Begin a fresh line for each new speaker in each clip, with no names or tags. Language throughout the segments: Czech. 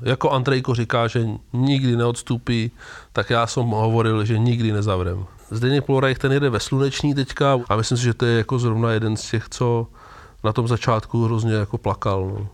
Jako Andrejko říká, že nikdy neodstupí, tak já jsem hovoril, že nikdy nezavřem. Zdeněk Plorajch, ten jede ve Sluneční teďka a myslím si, že to je jako zrovna jeden z těch, co na tom začátku hrozně jako plakal. No.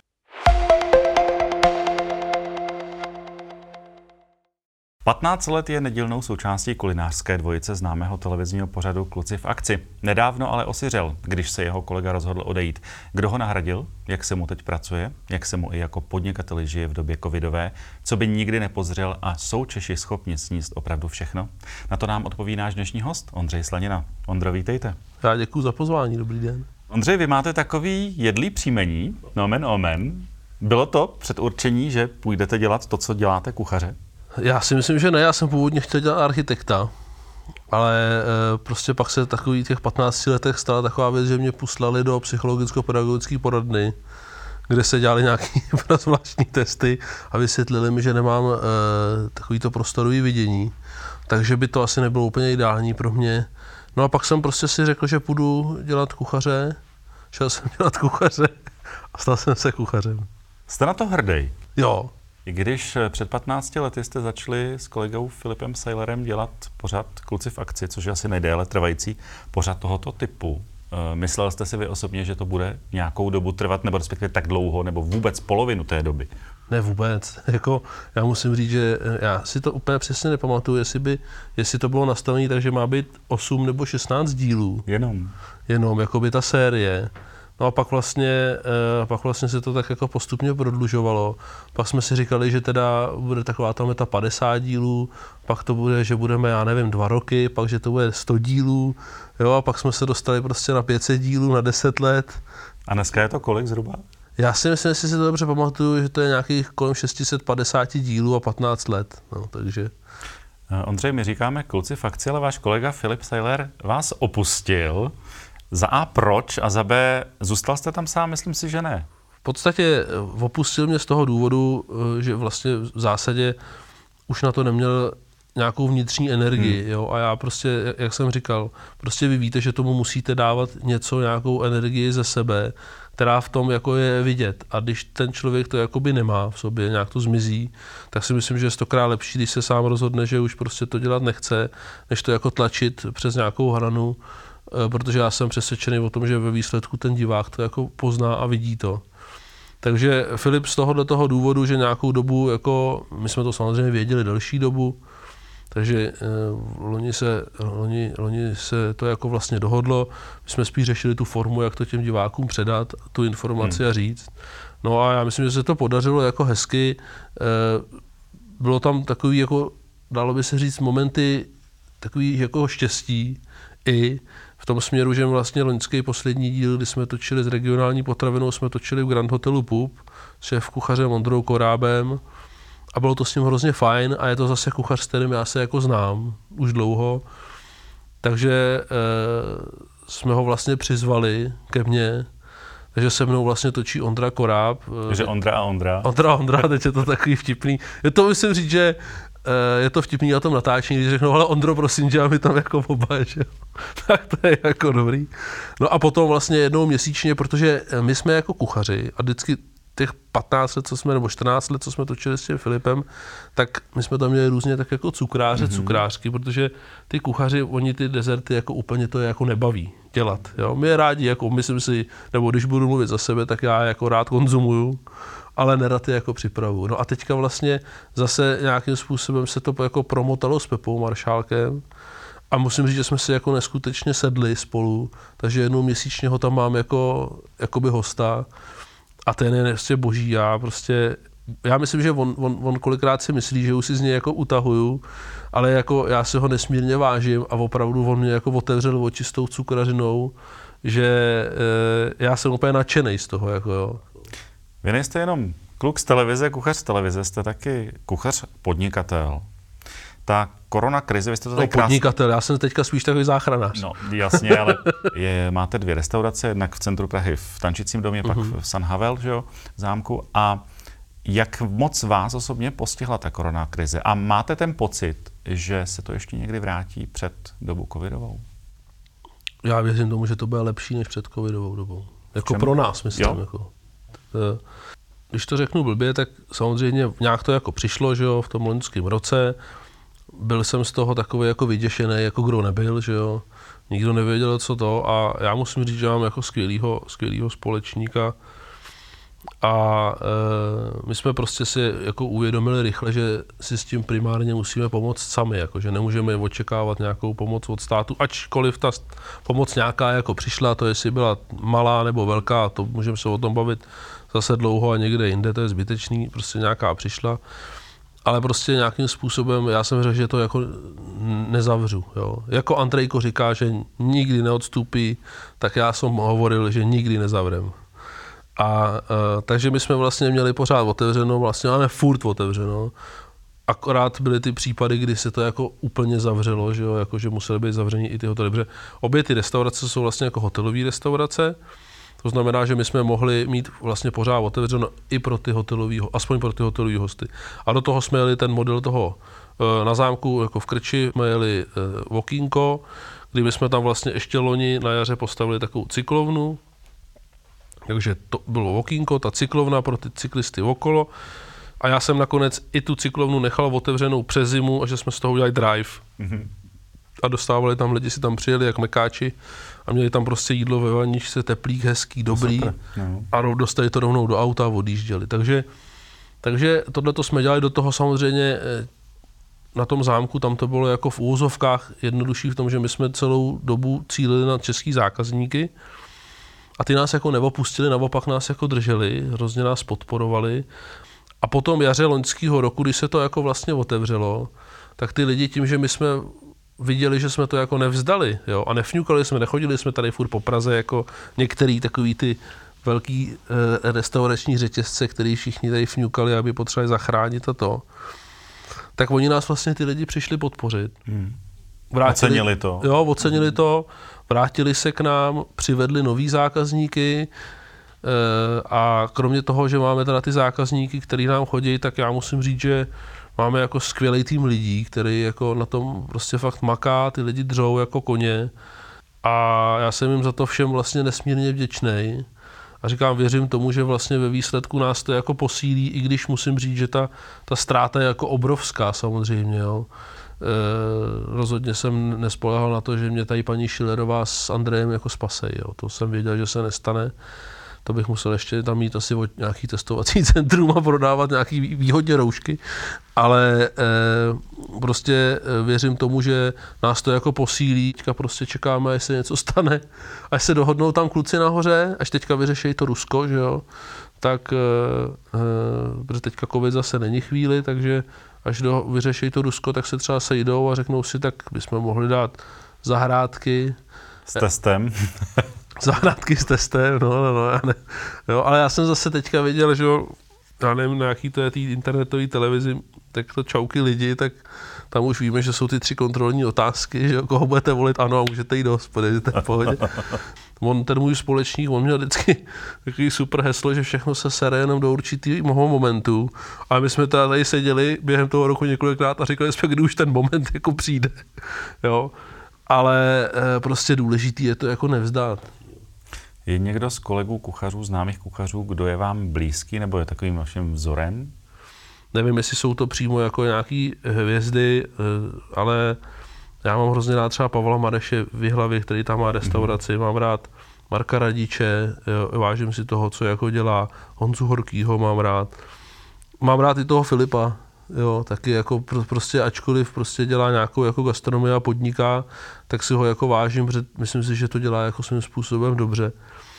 Patnáct let je nedílnou součástí kulinářské dvojice známého televizního pořadu Kluci v akci. Nedávno ale osiřel, když se jeho kolega rozhodl odejít. Kdo ho nahradil? Jak se mu teď pracuje? Jak se mu i jako podnikateli žije v době covidové? Co by nikdy nepozřel a jsou Češi schopni sníst opravdu všechno? Na to nám odpoví náš dnešní host, Ondřej Slanina. Ondro, vítejte.
Já děkuji za pozvání, dobrý den.
Ondřej, vy máte takový jedlý příjmení, nomen omen. Bylo to předurčení, že půjdete dělat to, co děláte, kuchaře?
Já si myslím, že ne, já jsem původně chtěl dělat architekta, ale prostě pak se takových těch 15 letech stala taková věc, že mě poslali do psychologicko-pedagogické poradny, kde se dělali nějaké zvláštní testy a vysvětlili mi, že nemám takovýto prostorový vidění, takže by to asi nebylo úplně ideální pro mě. No a pak jsem prostě si řekl, že půjdu dělat kuchaře, šel jsem dělat kuchaře a stal jsem se kuchařem.
Jste na to hrdý?
Jo.
I když před 15 lety jste začali s kolegou Filipem Sajlerem dělat pořad Kluci v akci, což je asi nejdéle trvající pořad tohoto typu. Myslel jste si vy osobně, že to bude nějakou dobu trvat, nebo respektive tak dlouho, nebo vůbec polovinu té doby?
Ne vůbec. Jako, já musím říct, že já si to úplně přesně nepamatuju, jestli to bylo nastavené tak, že má být 8 nebo 16 dílů. Jenom, jako by ta série. No a pak vlastně se to tak jako postupně prodlužovalo. Pak jsme si říkali, že teda bude taková tam ta 50 dílů, pak to bude, že budeme, já nevím, 2 roky, pak, že to bude 100 dílů, jo, a pak jsme se dostali prostě na 500 dílů, na 10 let.
A dneska je to kolik zhruba?
Já si myslím, jestli si to dobře pamatuju, že to je nějakých kolem 650 dílů a 15 let, no, takže...
Ondřej, my říkáme Kluci v akci, ale váš kolega Filip Sajler vás opustil. Za A proč a za B zůstal jste tam sám? Myslím si, že ne.
V podstatě opustil mě z toho důvodu, že vlastně v zásadě už na to neměl nějakou vnitřní energii. Jo? A já prostě, jak jsem říkal, prostě vy víte, že tomu musíte dávat něco, nějakou energii ze sebe, která v tom jako je vidět. A když ten člověk to jakoby nemá v sobě, nějak to zmizí, tak si myslím, že je 100krát lepší, když se sám rozhodne, že už prostě to dělat nechce, než to jako tlačit přes nějakou hranu, protože já jsem přesvědčený o tom, že ve výsledku ten divák to jako pozná a vidí to. Takže Filip z tohoto důvodu, že nějakou dobu, jako my jsme to samozřejmě věděli delší dobu, takže loni se to jako vlastně dohodlo, my jsme spíš řešili tu formu, jak to těm divákům předat, tu informaci a říct. No a já myslím, že se to podařilo jako hezky, bylo tam takový, jako dalo by se říct, momenty takový jako štěstí i v tom směru, že vlastně loňský poslední díl, kdy jsme točili s regionální potravinou, jsme točili v Grand Hotelu Pup s šéfkuchařem Ondrou Korábem a bylo to s ním hrozně fajn a je to zase kuchař, s kterým já se jako znám už dlouho, takže jsme ho vlastně přizvali ke mně, takže se mnou vlastně točí Ondra Koráb.
Takže Ondra a Ondra.
Ondra, teď je to takový vtipný. Je to, musím říct, že je to vtipný na tom natáčení, když řeknou, ale Ondro, prosím tě, a my tam jako oba, že? Tak to je jako dobrý. No a potom vlastně jednou měsíčně, protože my jsme jako kuchaři a vždycky těch 15 let, nebo 14 let, co jsme točili s tím Filipem, tak my jsme tam měli různě tak jako cukráře, cukrářky, protože ty kuchaři, oni ty dezerty jako úplně to jako nebaví dělat. Jo? My je rádi, jako myslím si, nebo když budu mluvit za sebe, tak já jako rád konzumuju, ale nerad je jako připravu. No a teďka vlastně zase nějakým způsobem se to jako promotalo s Pepou Maršálkem a musím říct, že jsme si jako neskutečně sedli spolu, takže jednou měsíčně ho tam mám jakoby hosta a ten je prostě boží. Já myslím, že on kolikrát si myslí, že už si z něj jako utahuju, ale jako já si ho nesmírně vážím a opravdu on mě jako otevřel oči s tou cukrařinou, že já jsem úplně nadšenej z toho. Jako jo.
Vy nejste jenom kluk z televize, kuchař z televize, jste taky kuchař, podnikatel. Ta koronakrize, vy jste to tady
podnikatel, já jsem teďka spíš takový záchranář.
No, jasně, ale máte 2 restaurace, jednak v centru Prahy v Tančicím domě, pak v San Havel, že jo, zámku. A jak moc vás osobně postihla ta koronakrize? A máte ten pocit, že se to ještě někdy vrátí před dobu covidovou?
Já věřím tomu, že to bude lepší než před covidovou dobou. Jako pro nás, myslím. Jako. když to řeknu blbě, tak samozřejmě nějak to jako přišlo, že jo, v tom loňském roce. Byl jsem z toho takový jako vyděšený, jako kdo nebyl, že jo. Nikdo nevěděl, co to, a já musím říct, že mám jako skvělýho společníka. A my jsme prostě si jako uvědomili rychle, že si s tím primárně musíme pomoct sami, jako, že nemůžeme očekávat nějakou pomoc od státu, ačkoliv ta pomoc nějaká jako přišla, to jestli byla malá nebo velká, to můžeme se o tom bavit zase dlouho a někde jinde, to je zbytečný, prostě nějaká přišla. Ale prostě nějakým způsobem, já jsem řekl, že to jako nezavřu. Jo. Jako Andrejko říká, že nikdy neodstupí, tak já jsem hovoril, že nikdy nezavřem. Takže my jsme vlastně měli pořád otevřeno, vlastně máme furt otevřeno. Akorát byly ty případy, kdy se to jako úplně zavřelo, že jo, jako že musely být zavření i ty hotely. Protože obě ty restaurace jsou vlastně jako hotelové restaurace. To znamená, že my jsme mohli mít vlastně pořád otevřeno i pro ty hotelový, aspoň pro ty hotelové hosty. A do toho jsme jeli ten model toho na zámku, jako v Krči, jsme jeli okýnko, kdy my jsme tam vlastně ještě loni na jaře postavili takovou cyklovnu. Takže to bylo okýnko, ta cyklovna pro ty cyklisty okolo. A já jsem nakonec i tu cyklovnu nechal otevřenou přes zimu, a že jsme z toho udělali drive. Mm-hmm. A dostávali tam lidi, si tam přijeli jak mekáči a měli tam prostě jídlo ve vaničce, teplík, hezký, dobrý. No. A dostali to rovnou do auta a odjížděli. Takže tohleto jsme dělali, do toho samozřejmě na tom zámku, tam to bylo jako v úvozovkách jednodušší v tom, že my jsme celou dobu cílili na český zákazníky a ty nás jako neopustili, naopak nás jako drželi, hrozně nás podporovali. A potom jaře loňského roku, když se to jako vlastně otevřelo, tak ty lidi tím, že my jsme viděli, že jsme to jako nevzdali, jo, a nefňukali jsme, nechodili jsme tady furt po Praze jako některý takový ty velký restaurační řetězce, který všichni tady fňukali, aby potřebovali zachránit a to, tak oni nás vlastně ty lidi přišli podpořit.
Ocenili to.
Jo, ocenili to, vrátili se k nám, přivedli nový zákazníky a kromě toho, že máme teda ty zákazníky, který nám chodí, tak já musím říct, že máme jako skvělý tým lidí, který jako na tom prostě fakt maká, ty lidi dřou jako koně a já jsem jim za to všem vlastně nesmírně vděčnej. A říkám, věřím tomu, že vlastně ve výsledku nás to jako posílí, i když musím říct, že ta ztráta je jako obrovská samozřejmě. Jo. Rozhodně jsem nespoléhal na to, že mě tady paní Schillerová s Andrejem jako spasej. Jo. To jsem věděl, že se nestane. To bych musel ještě tam mít asi od nějaký testovací centrum a prodávat nějaký výhodně roušky, ale prostě věřím tomu, že nás to jako posílí. Teďka prostě čekáme, až se něco stane, až se dohodnou tam kluci nahoře, až teďka vyřeší to Rusko, že jo, tak, protože teďka covid zase není chvíli, takže až vyřeší to Rusko, tak se třeba sejdou a řeknou si, tak bychom mohli dát zahrádky.
S testem.
Zahrádky s testem, no, ale já jsem zase teďka viděl, že já nevím, na jaký to je tý internetový televizi, tak to čauky lidi, tak tam už víme, že jsou ty 3 kontrolní otázky, že koho budete volit, ano, a můžete jít do hospody, to je v pohodě. Ten můj společník, on měl vždycky takový super heslo, že všechno se sere jenom do určitého momentu. A my jsme tady seděli během toho roku několikrát a říkali jsme, kdy už ten moment jako přijde. Jo. Ale prostě důležitý je to jako nevzdát.
Je někdo z kolegů kuchařů, známých kuchařů, kdo je vám blízký nebo je takovým vaším vzorem?
Nevím, jestli jsou to přímo jako nějaký hvězdy, ale já mám hrozně rád třeba Pavla Mareše v Jihlavě, který tam má restauraci. Mám rád Marka Radiče, vážím si toho, co jako dělá. Honzu Horkýho mám rád. Mám rád i toho Filipa, jo, taky jako prostě ačkoliv prostě dělá nějakou jako gastronomii a podniká, tak si ho jako vážím, protože myslím si, že to dělá jako svým způsobem dobře.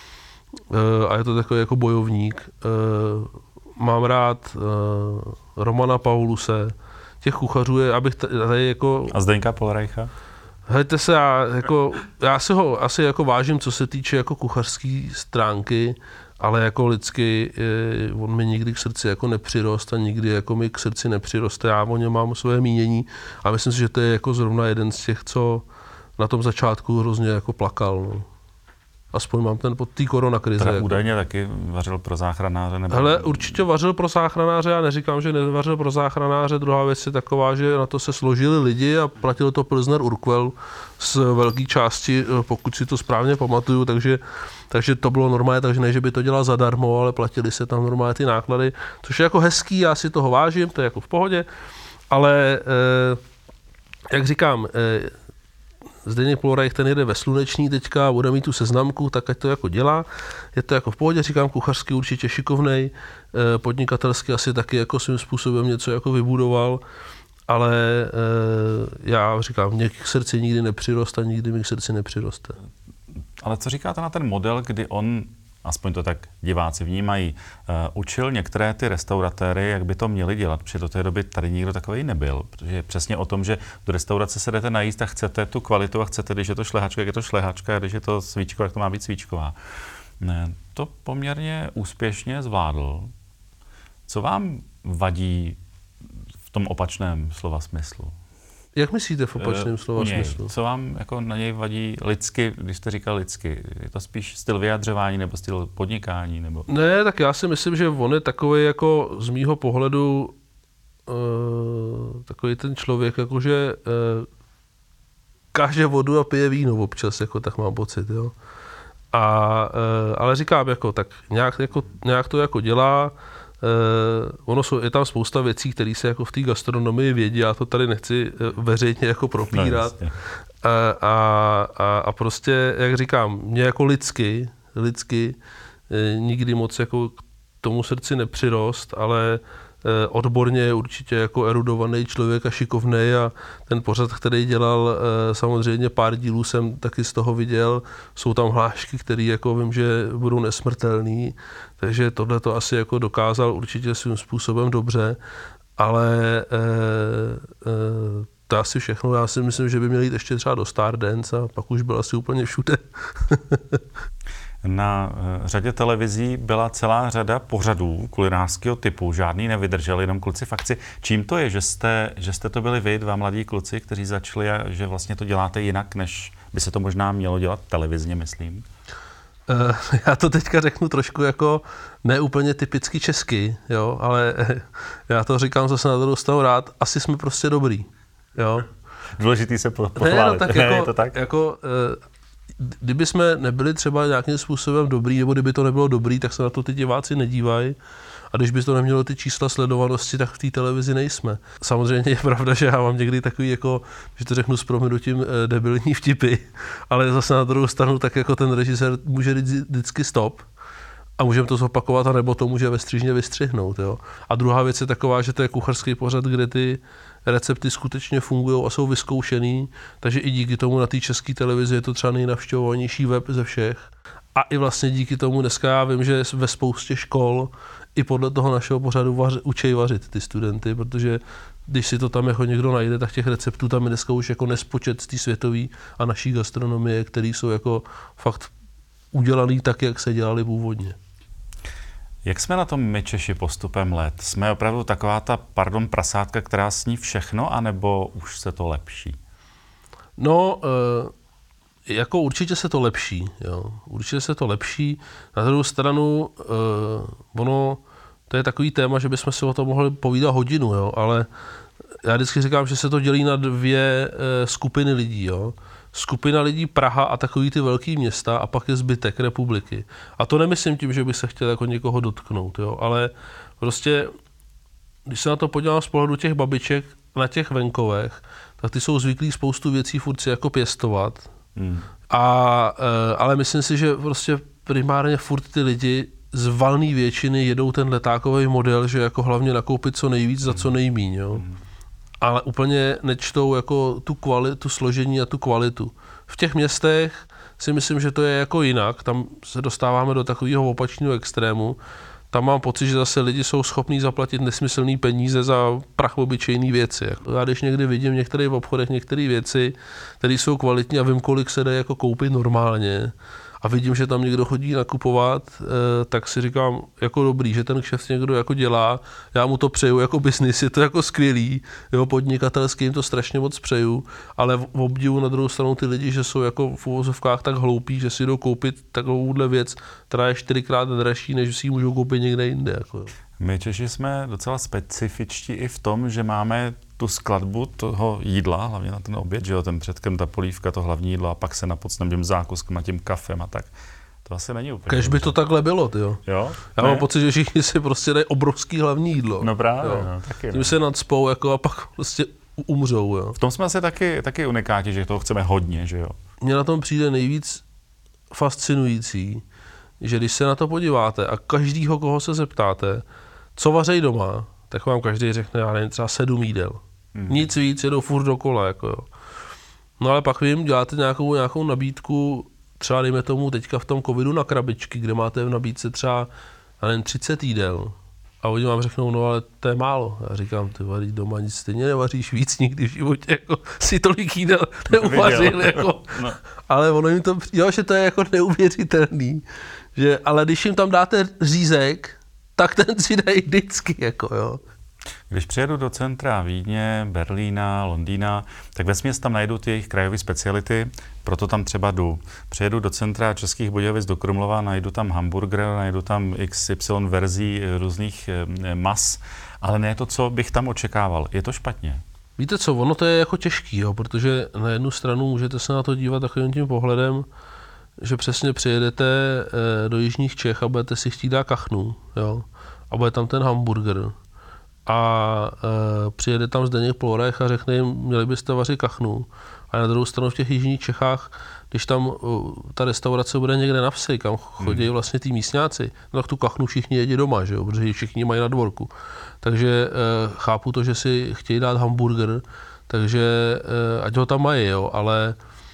A je to takový jako bojovník. Mám rád Romana Pauluse, těch kuchařů je, abych tady jako...
A Zdeňka Polreicha?
Hejte se, já si ho asi jako vážím, co se týče jako kuchařské stránky, ale jako lidsky on mi nikdy k srdci jako nepřirost a nikdy jako mi k srdci nepřiroste. Já o něm mám své mínění a myslím si, že to je jako zrovna jeden z těch, co na tom začátku hrozně jako plakal. No. Aspoň mám ten pod té koronakrize.
Teda
jako.
údajně taky vařil pro záchranáře? Nebo...
Hele, určitě vařil pro záchranáře, já neříkám, že nevařil pro záchranáře. Druhá věc je taková, že na to se složili lidi a platil to Pilsner Urquell z velké části, pokud si to správně pamatuju, takže to bylo normálně, takže ne, že by to dělal zadarmo, ale platili se tam normálně ty náklady, což je jako hezký, já si toho vážím, to je jako v pohodě, ale jak říkám, Zdeněk Plorajch, ten jede ve Sluneční teďka, bude mít tu seznamku, tak ať to jako dělá. Je to jako v pohodě, říkám, kuchařsky určitě šikovnej, podnikatelsky asi taky jako svým způsobem něco jako vybudoval, ale já říkám, mě k srdci nikdy nepřirost a nikdy mi k srdci nepřiroste.
Ale co říkáte na ten model, kdy on, aspoň to tak diváci vnímají, učil některé ty restauratéry, jak by to měli dělat, protože do té doby tady nikdo takový nebyl, protože je přesně o tom, že do restaurace se jdete najíst a chcete tu kvalitu a chcete, když je to šlehačka, jak je to šlehačka, a když je to svíčko, jak to má být svíčková. To poměrně úspěšně zvládl. Co vám vadí v tom opačném slova smyslu?
Jak myslíte v opačném slova smyslu?
Co vám jako na něj vadí lidsky, když jste říkal lidsky? Je to spíš styl vyjadřování nebo styl podnikání? Nebo...
Ne, tak já si myslím, že on je takový jako z mýho pohledu takový ten člověk, jakože káže vodu a pije víno občas, jako tak mám pocit, jo. Ale říkám, jako tak nějak to jako dělá. Je tam spousta věcí, které se jako v té gastronomii vědí, já to tady nechci veřejně jako propírat.
No,
a prostě, jak říkám, mě jako lidsky nikdy moc jako k tomu srdci nepřirost, ale odborně je určitě jako erudovaný člověk a šikovnej a ten pořad, který dělal, samozřejmě pár dílů jsem taky z toho viděl, jsou tam hlášky, které jako vím, že budou nesmrtelný, takže tohle to asi jako dokázal určitě svým způsobem dobře, ale to asi všechno, já si myslím, že by měl jít ještě třeba do Stardance a pak už byl asi úplně všude.
Na řadě televizí byla celá řada pořadů kulinářského typu, žádný nevydržel, jenom Kluci v akci. Čím to je, že jste to byli vy, dva mladí kluci, kteří začali a že vlastně to děláte jinak, než by se to možná mělo dělat televizně, myslím?
Já to teďka řeknu trošku jako neúplně typicky česky, jo, ale já to říkám zase na druhou stranu rád, asi jsme prostě dobrý, jo.
Důležitý se pochválit.
Ne, no, tak jako,
je to tak?
Kdyby jsme nebyli třeba nějakým způsobem dobrý, nebo kdyby to nebylo dobrý, tak se na to ty diváci nedívají. A když by to nemělo ty čísla sledovanosti, tak v té televizi nejsme. Samozřejmě je pravda, že já mám někdy takový, jako, že to řeknu s prominutím, debilní vtipy, ale zase na druhou stranu tak jako ten režisér může říct vždycky stop a můžeme to zopakovat, anebo to může ve střížně vystřihnout. Jo. A druhá věc je taková, že to je kuchařský pořad, kde ty recepty skutečně fungují a jsou vyzkoušený, takže i díky tomu na té české televizi je to třeba nejnavštěvovanější web ze všech. A i vlastně díky tomu dneska já vím, že ve spoustě škol i podle toho našeho pořadu učí vařit ty studenty, protože když si to tam jako někdo najde, tak těch receptů tam je dneska už jako nespočet z té světové a naší gastronomie, které jsou jako fakt udělaný tak, jak se dělali původně.
Jak jsme na tom my Češi postupem let? Jsme opravdu taková ta, prasátka, která sní všechno, anebo už se to lepší?
No, jako určitě se to lepší, jo. Určitě se to lepší. Na druhou stranu, to je takový téma, že bychom si o tom mohli povídat hodinu, jo, ale já vždycky říkám, že se to dělí na dvě skupiny lidí, jo. Skupina lidí Praha a takový ty velký města a pak je zbytek republiky. A to nemyslím tím, že bych se chtěl jako někoho dotknout, jo, ale prostě, když se na to podívám z pohledu těch babiček na těch venkovech, tak ty jsou zvyklí spoustu věcí furt si jako pěstovat. Ale myslím si, že prostě primárně furt ty lidi z valné většiny jedou ten letákový model, že jako hlavně nakoupit co nejvíc za co nejmíň, jo. Ale úplně nečtou jako tu kvalitu, složení a tu kvalitu. V těch městech si myslím, že to je jako jinak, tam se dostáváme do takového opačného extrému. Tam mám pocit, že zase lidi jsou schopní zaplatit nesmyslný peníze za prachobyčejný věci. Já když někdy vidím v některých obchodech některé věci, které jsou kvalitní a vím, kolik se jde jako koupit normálně, a vidím, že tam někdo chodí nakupovat, tak si říkám, jako dobrý, že ten kšeft někdo jako dělá, já mu to přeju jako biznis, je to jako skvělý, jo, podnikatelský jim to strašně moc přeju, ale v obdivu na druhou stranu ty lidi, že jsou jako v uvozovkách tak hloupí, že si jdou koupit takovouhle věc, která je 4x dražší, než si ji můžou koupit někde jinde. Jako.
My Češi jsme docela specifičtí i v tom, že máme tu skladbu toho jídla, hlavně na ten oběd, že jo, ten předkem ta polívka, to hlavní jídlo a pak se napocnem těm zákuskem a tím kafem a tak. To asi není úplně.
Kež by to takhle bylo, tyjo.
Jo?
Já mám pocit, že všichni si prostě dají obrovský hlavní jídlo.
No právě, no, taky.
Tím se nadspou jako a pak prostě umřou, jo.
V tom jsme asi taky unikáti, že toho chceme hodně, že jo.
Mně na tom přijde nejvíc fascinující, že když se na to podíváte a každýho, koho se zeptáte, co vaří doma, tak vám každý řekne, já nevím, třeba 7 jídel. Nic víc, jedou furt dokola, jako jo. No ale pak vy jim děláte nějakou nabídku, třeba dejme tomu teďka v tom covidu na krabičky, kde máte v nabídce třeba, já nevím, 30 jídel. A oni vám řeknou, no ale to je málo. Já říkám, ty vaříš doma, nic stejně nevaříš víc nikdy v životě, jako si tolik jídel neuvařil, jako. No. Ale ono jim to, jo, že to je jako neuvěřitelný, že, ale když jim tam dáte řízek, tak ten si dají vždycky, jako jo.
Když přijedu do centra Vídně, Berlína, Londýna, tak vesměs tam najdu ty jejich krajové speciality, proto tam třeba jdu. Přijedu do centra Českých Budějovic do Krumlova, najdu tam hamburger, najdu tam XY verzí různých mas, ale ne to, co bych tam očekával. Je to špatně?
Víte co, ono to je jako těžký, jo, protože na jednu stranu můžete se na to dívat takovým tím pohledem, že přesně přijedete do jižních Čech a budete si chtít dát kachnu, jo, a bude tam ten hamburger. A přijede tam Zdeněk Plorech a řekne jim, měli byste vařit kachnu. A na druhou stranu v těch jižních Čechách, když tam ta restaurace bude někde na vsi, kam chodí vlastně ty místňáci, no tak tu kachnu všichni jedí doma, že jo, protože ji všichni mají na dvorku. Takže chápu to, že si chtějí dát hamburger, takže ať ho tam mají, jo, ale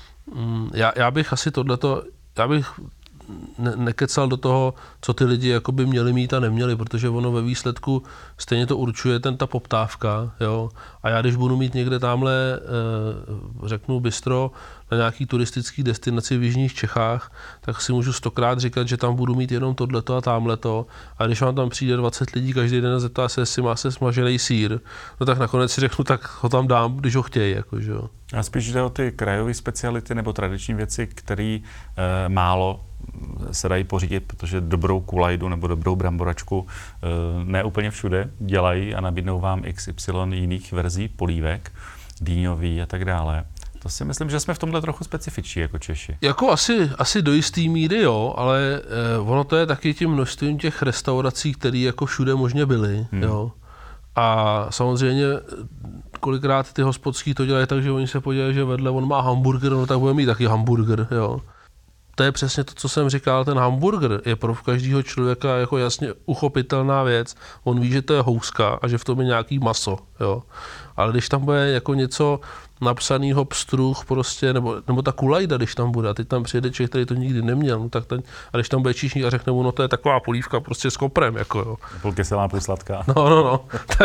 já bych asi tohleto, já bych nekecal do toho, co ty lidi jakoby měli mít a neměli, protože ono ve výsledku stejně to určuje ta poptávka, jo. A já když budu mít někde tamhle, řeknu bistro, na nějaký turistický destinaci v jižních Čechách, tak si můžu 100krát říkat, že tam budu mít jenom tohleto a támhleto. A když vám tam přijde 20 lidí každý den a zeptá se, jestli má se smažený sýr, no tak nakonec si řeknu, tak ho tam dám, když ho chtějí, jakože jo.
A spíš jde o ty krajové speciality nebo tradiční věci, které málo se dají pořídit, protože dobrou kulajdu nebo dobrou bramboračku ne úplně všude dělají a nabídnou vám XY jiných verzí polívek, dýňový a tak dále. To si myslím, že jsme v tomhle trochu specifičtí jako Češi.
Jako asi do jistý míry, jo, ale ono to je taky tím množstvím těch restaurací, které jako všude možně byly, jo. A samozřejmě kolikrát ty hospodský to dělají tak, že oni se podívají, že vedle on má hamburger, no tak bude mít taky hamburger, jo. To je přesně to, co jsem říkal, ten hamburger je pro každého člověka jako jasně uchopitelná věc. On ví, že to je houska a že v tom je nějaký maso, jo. Ale když tam bude jako něco napsanýho pstruh prostě, nebo ta kulajda, když tam bude, a teď tam přijede člověk, který to nikdy neměl, no tak a když tam bude číšník a řekne mu, no to je taková polívka prostě s koprem, jako jo.
Půl kyselá, půl sladká.
No,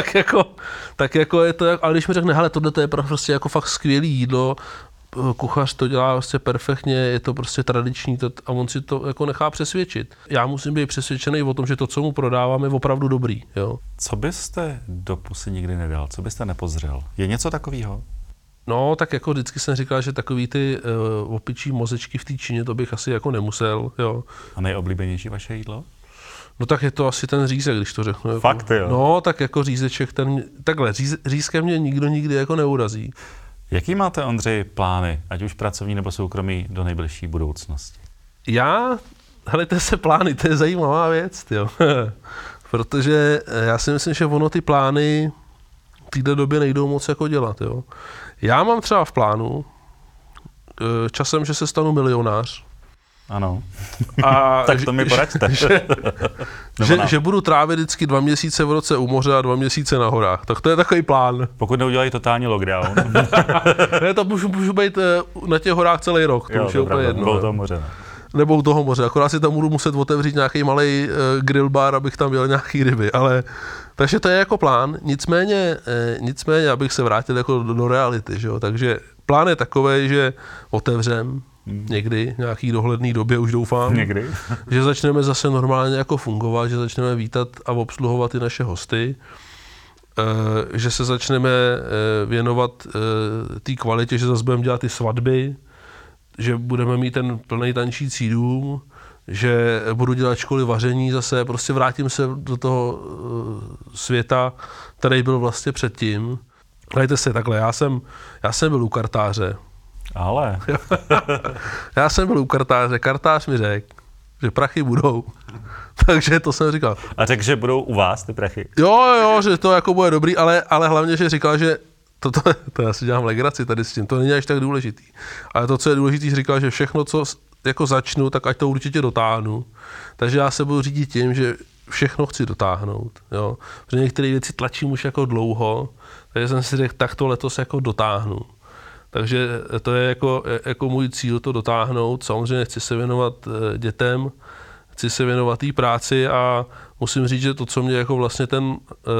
tak jako je to, ale když mi řekne, hele, tohle to je prostě jako fakt skvělý jídlo, kuchař to dělá prostě perfektně, je to prostě tradiční a on si to jako nechá přesvědčit. Já musím být přesvědčený o tom, že to, co mu prodávám, je opravdu dobrý. Jo.
Co byste do pusy nikdy nedal? Co byste nepozřel? Je něco takového?
No, tak jako vždycky jsem říkal, že takový ty opičí mozečky v té Číně, to bych asi jako nemusel. Jo.
A nejoblíbenější vaše jídlo?
No tak je to asi ten řízek, když to řeknu.
Fakt, jo?
No, tak jako řízeček, takhle, řízkem mě nikdo nikdy jako neurazí.
Jaký máte, Ondřej, plány, ať už pracovní nebo soukromý, do nejbližší budoucnosti?
Helejte se plány, to je zajímavá věc, jo. Protože já si myslím, že ono ty plány v této době nejdou moc jako dělat, jo. Já mám třeba v plánu časem, že se stanu milionář.
Ano. A tak to mi poraďte.
Že budu trávit vždycky 2 měsíce v roce u moře a 2 měsíce na horách. Tak to je takový plán.
Pokud neudělají totální lockdown.
Ne, to můžu být na těch horách celý rok. To už je úplně jedno.
Nebo u toho moře.
Nebo u toho moře. Akorát si tam budu muset otevřít nějaký malý grill bar, abych tam měl nějaký ryby. Ale takže to je jako plán. Nicméně abych se vrátil jako do reality. Že jo? Takže plán je takový, že otevřem, někdy, v nějaký dohledný době už doufám,
Někdy.
že začneme zase normálně jako fungovat, že začneme vítat a obsluhovat i naše hosty, že se začneme věnovat té kvalitě, že zase budeme dělat ty svatby, že budeme mít ten plný tančící dům, že budu dělat školy vaření zase, prostě vrátím se do toho světa, který byl vlastně předtím. Dejte se takhle, já jsem byl u kartáře.
Ale.
Já jsem byl u kartáře, kartář mi řekl, že prachy budou. Takže to jsem říkal.
A řekl, že budou u vás ty prachy?
Jo, že to jako bude dobrý, ale hlavně, že říkal, že to já si dělám legraci tady s tím, to není až tak důležitý. Ale to, co je důležitý, říkal, že všechno, co jako začnu, tak ať to určitě dotáhnu. Takže já se budu řídit tím, že všechno chci dotáhnout. Jo. Protože některé věci tlačím už jako dlouho, takže jsem si řekl, tak to letos jako dotáhnu. Takže to je jako můj cíl to dotáhnout. Samozřejmě chci se věnovat dětem, chci se věnovat té práci a musím říct, že to, co mě jako vlastně ten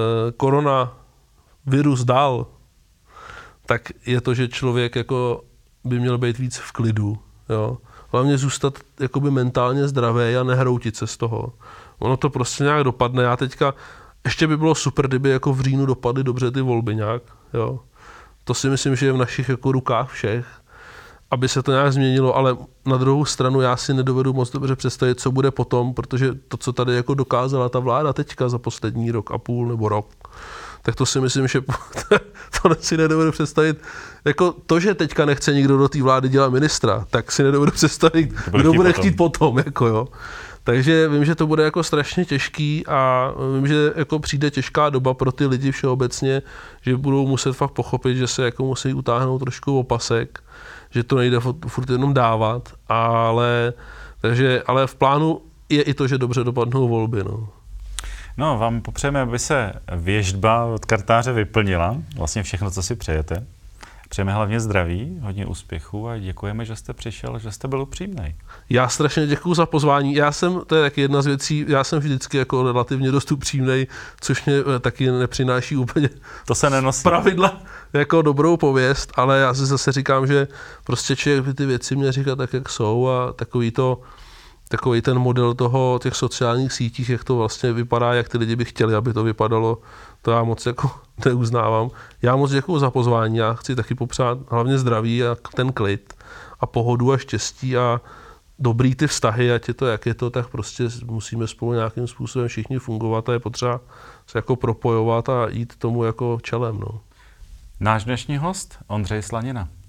koronavirus dal, tak je to, že člověk jako by měl být víc v klidu. Jo. Hlavně zůstat jakoby mentálně zdravý a nehroutit se z toho. Ono to prostě nějak dopadne. Já teďka, ještě by bylo super, kdyby jako v říjnu dopadly dobře ty volby nějak. Jo. To si myslím, že je v našich jako rukách všech, aby se to nějak změnilo, ale na druhou stranu já si nedovedu moc dobře představit, co bude potom, protože to, co tady jako dokázala ta vláda teďka za poslední rok a půl nebo rok, tak to si myslím, že to si nedovedu představit. Jako to, že teďka nechce nikdo do té vlády dělat ministra, tak si nedovedu představit, kdo bude chtít potom. Jako jo. Takže vím, že to bude jako strašně těžký a vím, že jako přijde těžká doba pro ty lidi všeobecně, že budou muset fakt pochopit, že se jako musí utáhnout trošku opasek, že to nejde furt jenom dávat, ale v plánu je i to, že dobře dopadnou volby.
No, vám popřejeme, aby se věštba od kartáře vyplnila, vlastně všechno, co si přejete. Přejeme hlavně zdraví, hodně úspěchů a děkujeme, že jste přišel, že jste byl upřímnej.
Já strašně děkuju za pozvání. To je taky jedna z věcí, já jsem vždycky jako relativně dost upřímnej, což mě taky nepřináší úplně
to se nenosí.
Pravidla jako dobrou pověst, ale já si zase říkám, že prostě člověk by ty věci měl říkat tak, jak jsou a takový ten model těch sociálních sítích, jak to vlastně vypadá, jak ty lidi by chtěli, aby to vypadalo, to já moc jako neuznávám. Já moc děkuju za pozvání, já chci taky popřát hlavně zdraví a ten klid a pohodu a štěstí a dobrý ty vztahy, ať je to, jak je to, tak prostě musíme spolu nějakým způsobem všichni fungovat a je potřeba se jako propojovat a jít tomu jako čelem. No.
Náš dnešní host, Ondřej Slanina.